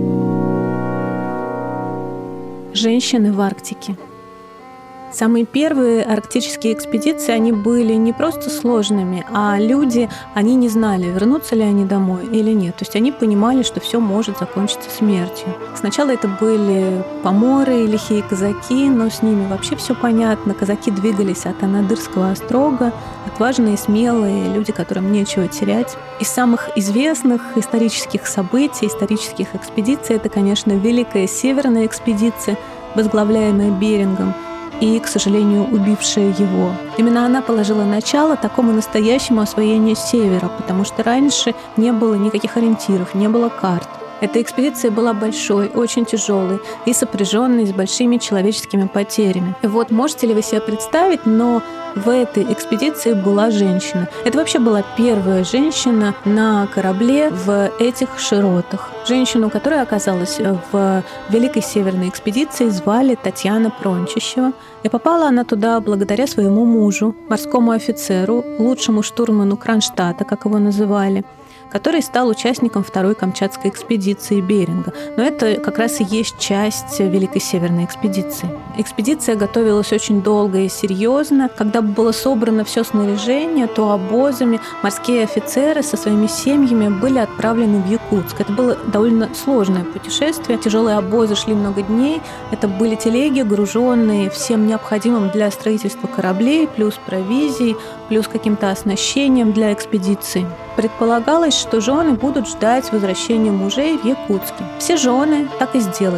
Женщины в Арктике. Самые первые арктические экспедиции, они были не просто сложными, а люди, они не знали, вернутся ли они домой или нет. То есть они понимали, что все может закончиться смертью. Сначала это были поморы, лихие казаки, но с ними вообще все понятно. Казаки двигались от Анадырского острога, отважные, смелые, люди, которым нечего терять. Из самых известных исторических событий, исторических экспедиций, это, конечно, Великая Северная экспедиция, возглавляемая Берингом, и, к сожалению, убившая его. Именно она положила начало такому настоящему освоению Севера, потому что раньше не было никаких ориентиров, не было карт. Эта экспедиция была большой, очень тяжелой и сопряженной с большими человеческими потерями. И вот можете ли вы себе представить, но в этой экспедиции была женщина. Это вообще была первая женщина на корабле в этих широтах. Женщину, которая оказалась в Великой Северной экспедиции, звали Татьяна Прончищева. И попала она туда благодаря своему мужу, морскому офицеру, лучшему штурману Кронштадта, как его называли, который стал участником второй Камчатской экспедиции Беринга. Но это как раз и есть часть Великой Северной экспедиции. Экспедиция готовилась очень долго и серьезно. Когда было собрано все снаряжение, то обозами морские офицеры со своими семьями были отправлены в Якутск. Это было довольно сложное путешествие. Тяжелые обозы шли много дней. Это были телеги, груженные всем необходимым для строительства кораблей, плюс провизией, плюс каким-то оснащением для экспедиции. Предполагалось, что жены будут ждать возвращения мужей в Якутске. Все жены так и сделали.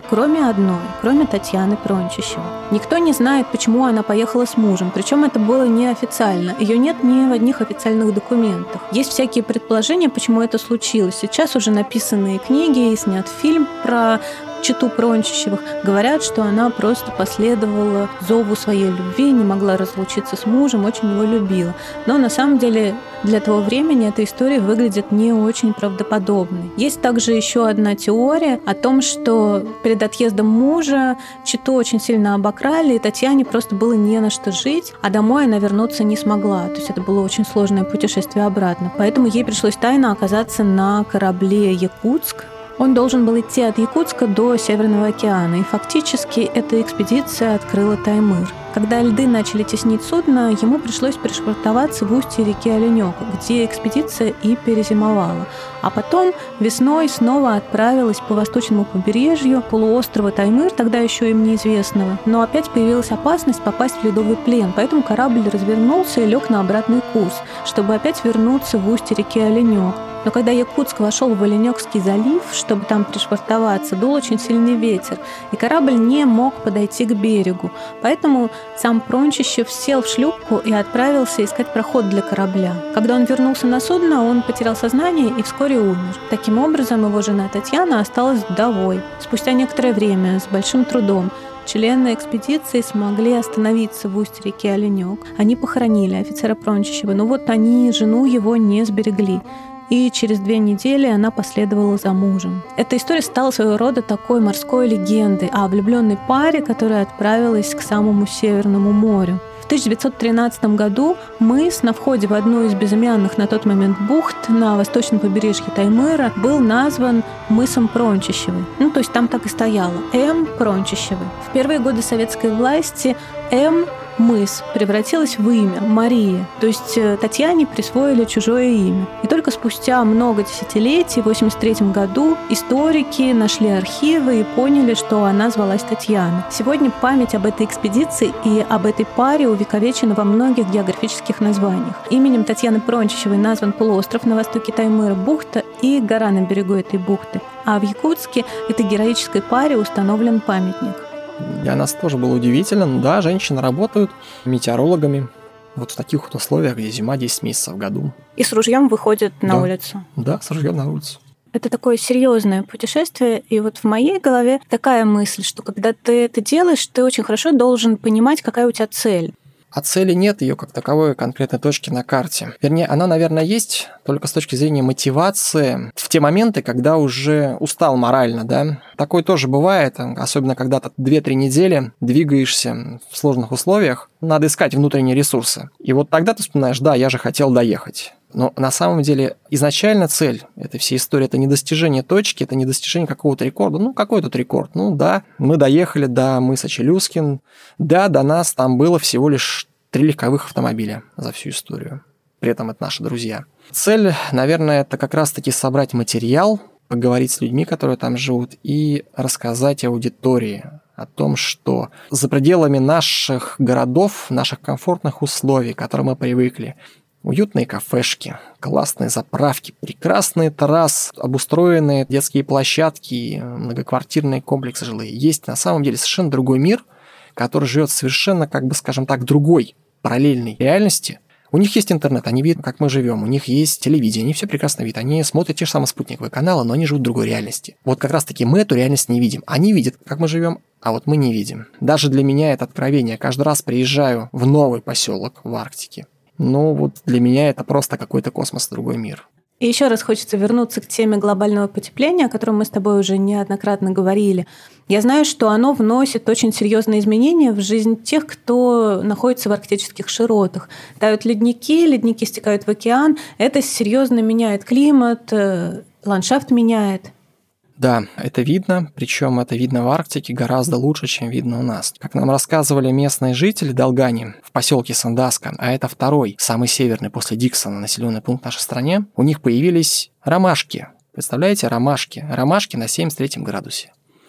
кроме одной, кроме Татьяны Прончищевой. Никто не знает, почему она поехала с мужем, причем это было неофициально. Ее нет ни в одних официальных документах. Есть всякие предположения, почему это случилось. Сейчас уже написанные книги и снят фильм про чету Прончищевых. Говорят, что она просто последовала зову своей любви, не могла разлучиться с мужем, очень его любила. Но на самом деле для того времени эта история выглядит не очень правдоподобной. Есть также еще одна теория о том, что перед отъездом мужа чету очень сильно обокрали, и Татьяне просто было не на что жить, а домой она вернуться не смогла. То есть это было очень сложное путешествие обратно. Поэтому ей пришлось тайно оказаться на корабле «Якутск». Он должен был идти от Якутска до Северного океана, и фактически эта экспедиция открыла Таймыр. Когда льды начали теснить судно, ему пришлось пришвартоваться в устье реки Оленёк, где экспедиция и перезимовала. А потом весной снова отправилась по восточному побережью полуострова Таймыр, тогда еще им неизвестного. Но опять появилась опасность попасть в ледовый плен, поэтому корабль развернулся и лег на обратный курс, чтобы опять вернуться в устье реки Оленёк. Но когда Якутск вошел в Оленёкский залив, чтобы там пришвартоваться, дул очень сильный ветер, и корабль не мог подойти к берегу. Поэтому сам Прончищев сел в шлюпку и отправился искать проход для корабля. Когда он вернулся на судно, он потерял сознание и вскоре умер. Таким образом, его жена Татьяна осталась вдовой. Спустя некоторое время, с большим трудом, члены экспедиции смогли остановиться в устье реки Оленёк. Они похоронили офицера Прончищева, но вот они жену его не сберегли. И через две недели она последовала за мужем. Эта история стала своего рода такой морской легендой о влюбленной паре, которая отправилась к самому Северному морю. В тысяча девятьсот тринадцатом году мыс на входе в одну из безымянных на тот момент бухт на восточном побережье Таймыра был назван мысом Прончищевой. Ну, то есть там так и стояло М. Прончищевой. В первые годы советской власти М. мыс превратилась в имя Мария. То есть Татьяне присвоили чужое имя. И только спустя много десятилетий, в восемьдесят третьем году, историки нашли архивы и поняли, что она звалась Татьяна. Сегодня память об этой экспедиции и об этой паре увековечена во многих географических названиях. Именем Татьяны Прончищевой назван полуостров на востоке Таймыра, бухта и гора на берегу этой бухты. А в Якутске этой героической паре установлен памятник. Для нас тоже было удивительно. Ну да, женщины работают метеорологами вот в таких вот условиях, где зима десять месяцев в году. И с ружьем выходят на да. улицу. Да, с ружьем на улицу. Это такое серьезное путешествие, и вот в моей голове такая мысль, что когда ты это делаешь, ты очень хорошо должен понимать, какая у тебя цель. А цели нет, ее как таковой конкретной точки на карте. Вернее, она, наверное, есть, только с точки зрения мотивации в те моменты, когда уже устал морально, да. Такое тоже бывает, особенно когда ты две-три недели двигаешься в сложных условиях, надо искать внутренние ресурсы. И вот тогда ты вспоминаешь, да, я же хотел доехать. Но на самом деле изначально цель этой всей истории – это не достижение точки, это не достижение какого-то рекорда. Ну, какой тут рекорд? Ну да, мы доехали до мыса Челюскин. Да, до нас там было всего лишь три легковых автомобиля за всю историю. При этом это наши друзья. Цель, наверное, это как раз-таки собрать материал, поговорить с людьми, которые там живут, и рассказать аудитории о том, что за пределами наших городов, наших комфортных условий, к которым мы привыкли, уютные кафешки, классные заправки, прекрасные террасы, обустроенные детские площадки, многоквартирные комплексы жилые. Есть на самом деле совершенно другой мир, который живет совершенно, как бы, скажем так, другой параллельной реальности. У них есть интернет, они видят, как мы живем, у них есть телевидение, они все прекрасно видят, они смотрят те же самые спутниковые каналы, но они живут в другой реальности. Вот как раз-таки мы эту реальность не видим. Они видят, как мы живем, а вот мы не видим. Даже для меня это откровение. Я каждый раз приезжаю в новый поселок в Арктике. Ну вот для меня это просто какой-то космос, другой мир. И еще раз хочется вернуться к теме глобального потепления, о котором мы с тобой уже неоднократно говорили. Я знаю, что оно вносит очень серьезные изменения в жизнь тех, кто находится в арктических широтах. Тают ледники, ледники стекают в океан. Это серьезно меняет климат, ландшафт меняет. Да, это видно, причем это видно в Арктике гораздо лучше, чем видно у нас. Как нам рассказывали местные жители Долгани в поселке Сандаска, а это второй, самый северный после Диксона населенный пункт в нашей стране, у них появились ромашки. Представляете, ромашки? Ромашки на семьдесят третьем градусе.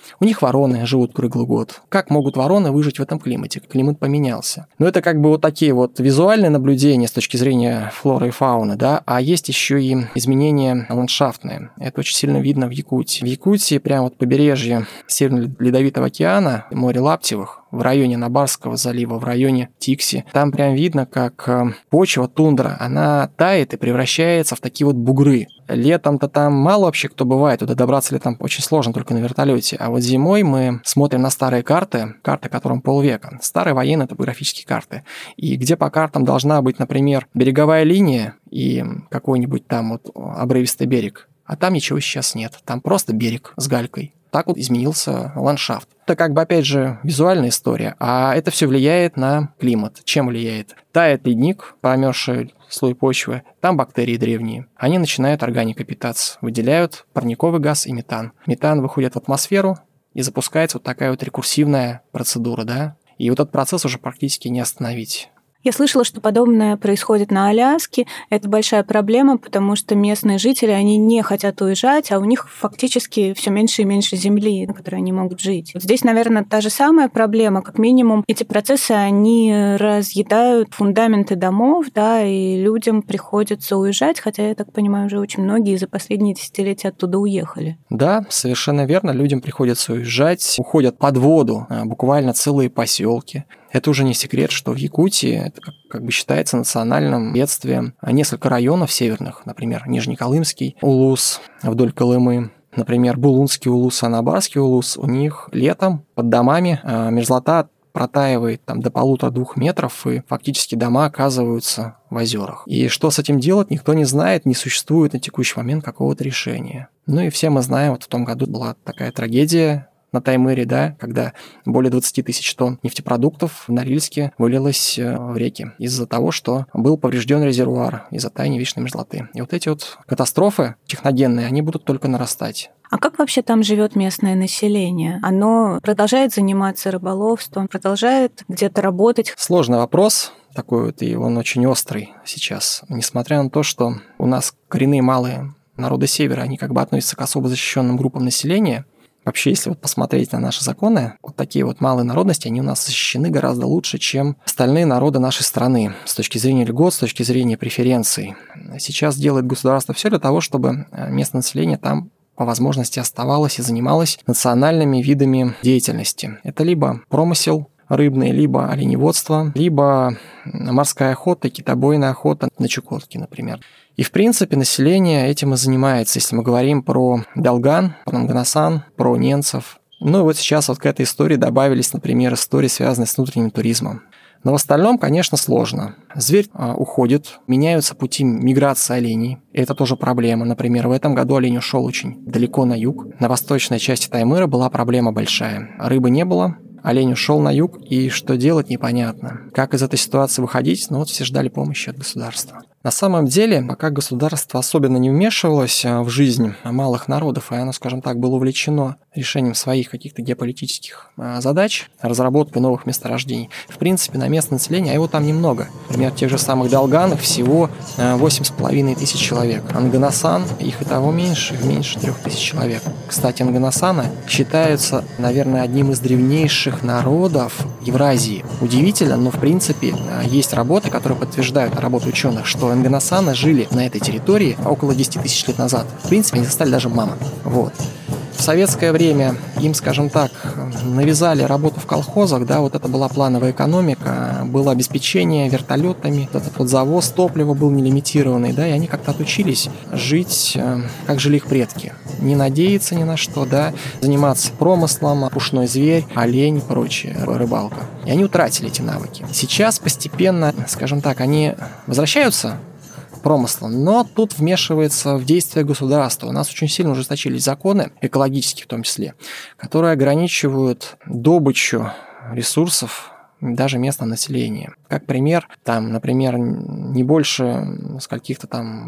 У них вороны живут круглый год. Как могут вороны выжить в этом климате? Климат поменялся. Но это как бы вот такие вот визуальные наблюдения с точки зрения флоры и фауны, да, а есть еще и изменения ландшафтные. Это очень сильно видно в Якутии. В Якутии прямо вот побережье Северного Ледовитого океана, море Лаптевых, в районе Набарского залива, в районе Тикси. Там прям видно, как почва, тундра, она тает и превращается в такие вот бугры. Летом-то там мало вообще кто бывает, туда добраться летом очень сложно, только на вертолете. А вот зимой мы смотрим на старые карты, карты, которым полвека. Старые военные топографические карты. И где по картам должна быть, например, береговая линия и какой-нибудь там вот обрывистый берег. А там ничего сейчас нет. Там просто берег с галькой. Так вот изменился ландшафт. Это как бы, опять же, визуальная история, а это все влияет на климат. Чем влияет? Тает ледник, промерзший слой почвы, там бактерии древние. Они начинают органикой питаться, выделяют парниковый газ и метан. Метан выходит в атмосферу, и запускается вот такая вот рекурсивная процедура, да? И вот этот процесс уже практически не остановить. Я слышала, что подобное происходит на Аляске. Это большая проблема, потому что местные жители, они не хотят уезжать, а у них фактически все меньше и меньше земли, на которой они могут жить. Вот здесь, наверное, та же самая проблема. Как минимум, эти процессы, они разъедают фундаменты домов, да, и людям приходится уезжать, хотя, я так понимаю, уже очень многие за последние десятилетия оттуда уехали. Да, совершенно верно. Людям приходится уезжать. Уходят под воду буквально целые поселки. Это уже не секрет, что в Якутии это как, как бы считается национальным бедствием. Несколько районов северных, например, Нижнеколымский улус вдоль Колымы, например, Булунский улус, Анабарский улус, у них летом под домами мерзлота протаивает там до полутора-двух метров, и фактически дома оказываются в озерах. И что с этим делать, никто не знает, не существует на текущий момент какого-то решения. Ну и все мы знаем, вот в том году была такая трагедия на Таймыре, да, когда более двадцать тысяч тонн нефтепродуктов в Норильске вылилось в реки из-за того, что был поврежден резервуар из-за таяния вечной мерзлоты. И вот эти вот катастрофы техногенные, они будут только нарастать. А как вообще там живет местное население? Оно продолжает заниматься рыболовством, продолжает где-то работать? Сложный вопрос такой вот, и он очень острый сейчас. Несмотря на то, что у нас коренные малые народы Севера, они как бы относятся к особо защищенным группам населения. Вообще, если вот посмотреть на наши законы, вот такие вот малые народности, они у нас защищены гораздо лучше, чем остальные народы нашей страны с точки зрения льгот, с точки зрения преференций. Сейчас делает государство все для того, чтобы местное население там по возможности оставалось и занималось национальными видами деятельности. Это либо промысел рыбный, либо оленеводство, либо морская охота, китобойная охота на Чукотке, например. И, в принципе, население этим и занимается, если мы говорим про Долган, про Нганасан, про ненцев. Ну и вот сейчас вот к этой истории добавились, например, истории, связанные с внутренним туризмом. Но в остальном, конечно, сложно. Зверь а, уходит, меняются пути миграции оленей. И это тоже проблема. Например, в этом году олень ушел очень далеко на юг. На восточной части Таймыра была проблема большая. Рыбы не было, олень ушел на юг, и что делать, непонятно. Как из этой ситуации выходить? Ну вот все ждали помощи от государства. На самом деле, пока государство особенно не вмешивалось в жизнь малых народов, и оно, скажем так, было увлечено решением своих каких-то геополитических задач, разработкой новых месторождений, в принципе, на местное население, а его там немного. Например, в тех же самых Долганах всего восемь с половиной тысяч человек. Нганасан, их и того меньше, их меньше трех тысяч человек. Кстати, Нганасаны считаются, наверное, одним из древнейших народов Евразии. Удивительно, но, в принципе, есть работы, которые подтверждают работу ученых, что Нганасаны жили на этой территории около десять тысяч лет назад. В принципе, они застали даже мамонт. Вот. В советское время им, скажем так, навязали работу в колхозах, да, вот это была плановая экономика, было обеспечение вертолетами, вот этот вот завоз топлива был нелимитированный, да, и они как-то отучились жить, как жили их предки. Не надеяться ни на что, да, заниматься промыслом, пушной зверь, олень и прочее, рыбалка. И они утратили эти навыки. Сейчас постепенно, скажем так, они возвращаются промыслом, но тут вмешивается в действие государства. У нас очень сильно ужесточились законы, экологические в том числе, которые ограничивают добычу ресурсов даже местного населения. Как пример, там, например, не больше скольких-то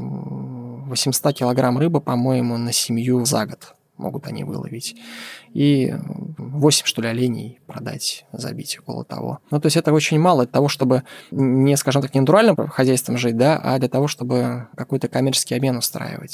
там восемьсот килограмм рыбы, по-моему, на семью за год могут они выловить. И восемь, что ли, оленей продать, забить, около того. Ну, то есть это очень мало для того, чтобы не, скажем так, не натуральным хозяйством жить, да, а для того, чтобы какой-то коммерческий обмен устраивать.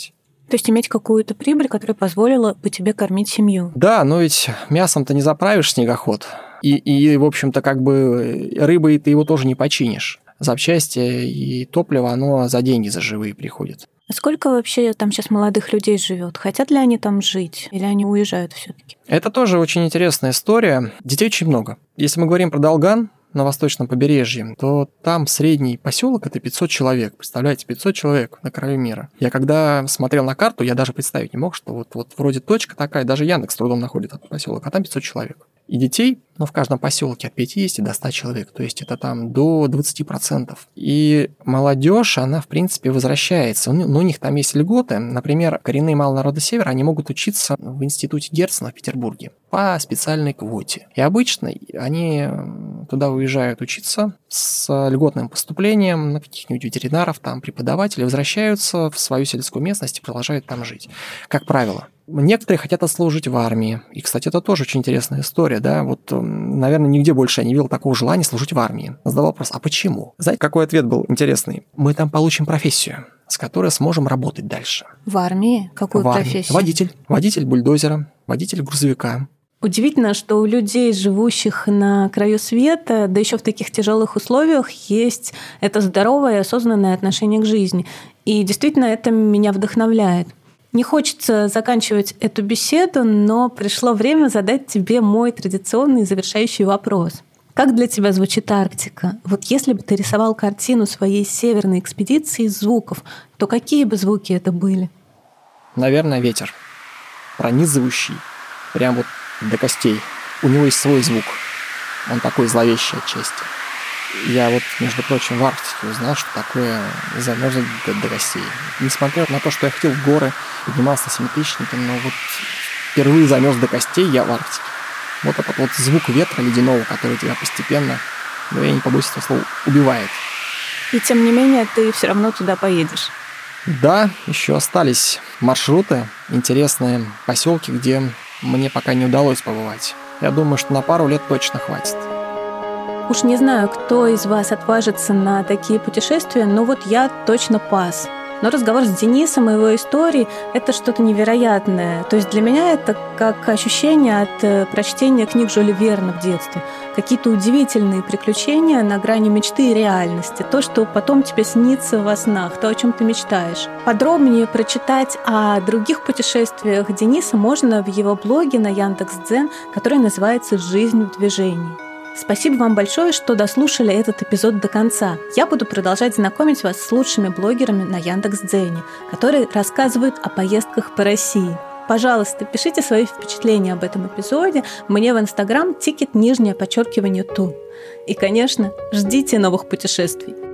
То есть иметь какую-то прибыль, которая позволила бы тебе кормить семью. Да, но ведь мясом-то не заправишь снегоход. И, и в общем-то, как бы рыбой ты его тоже не починишь. Запчасти и топливо, оно за деньги, за живые приходит. А сколько вообще там сейчас молодых людей живет? Хотят ли они там жить? Или они уезжают все-таки? Это тоже очень интересная история. Детей очень много. Если мы говорим про Долган на восточном побережье, то там средний поселок это пятьсот человек. Представляете, пятьсот человек на краю мира. Я когда смотрел на карту, я даже представить не мог, что вот, вот вроде точка такая, даже Яндекс с трудом находит этот поселок, а там пятьсот человек. И детей, ну, в каждом поселке от пятидесяти до ста человек, то есть это там до двадцати процентов. И молодежь, она, в принципе, возвращается. Ну, у них там есть льготы. Например, коренные малые народы Севера, они могут учиться в институте Герцена в Петербурге по специальной квоте. И обычно они туда уезжают учиться с льготным поступлением на каких-нибудь ветеринаров, там, преподавателей, возвращаются в свою сельскую местность и продолжают там жить. Как правило. Некоторые хотят отслужить в армии. И, кстати, это тоже очень интересная история, да. Вот, наверное, нигде больше я не видел такого желания служить в армии. Задал вопрос, а почему? Знаете, какой ответ был интересный? Мы там получим профессию, с которой сможем работать дальше. В армии? Какую в армии. профессию? Водитель. Водитель бульдозера, водитель грузовика. Удивительно, что у людей, живущих на краю света, да еще в таких тяжелых условиях, есть это здоровое и осознанное отношение к жизни. И действительно это меня вдохновляет. Не хочется заканчивать эту беседу, но пришло время задать тебе мой традиционный завершающий вопрос. Как для тебя звучит Арктика? Вот если бы ты рисовал картину своей северной экспедиции из звуков, то какие бы звуки это были? Наверное, ветер. Пронизывающий. Прям вот до костей. У него есть свой звук. Он такой зловещий отчасти. Я вот, между прочим, в Арктике узнал, что такое замерзнуть до, до костей. Несмотря на то, что я ходил в горы, поднимался семитысячником, но вот впервые замерз до костей я в Арктике. Вот этот вот звук ветра ледяного, который тебя постепенно, ну я не побоюсь этого слова, убивает. И тем не менее ты все равно туда поедешь. Да, еще остались маршруты, интересные поселки, где мне пока не удалось побывать. Я думаю, что на пару лет точно хватит. Уж не знаю, кто из вас отважится на такие путешествия, но вот я точно пас. Но разговор с Денисом и его историей — это что-то невероятное. То есть для меня это как ощущение от прочтения книг Жюля Верна в детстве. Какие-то удивительные приключения на грани мечты и реальности. То, что потом тебе снится во снах, то, о чем ты мечтаешь. Подробнее прочитать о других путешествиях Дениса можно в его блоге на Яндекс.Дзен, который называется «Жизнь в движении». Спасибо вам большое, что дослушали этот эпизод до конца. Я буду продолжать знакомить вас с лучшими блогерами на Яндекс.Дзене, которые рассказывают о поездках по России. Пожалуйста, пишите свои впечатления об этом эпизоде мне в Инстаграм тикет нижнее подчеркивание ту. И, конечно, ждите новых путешествий.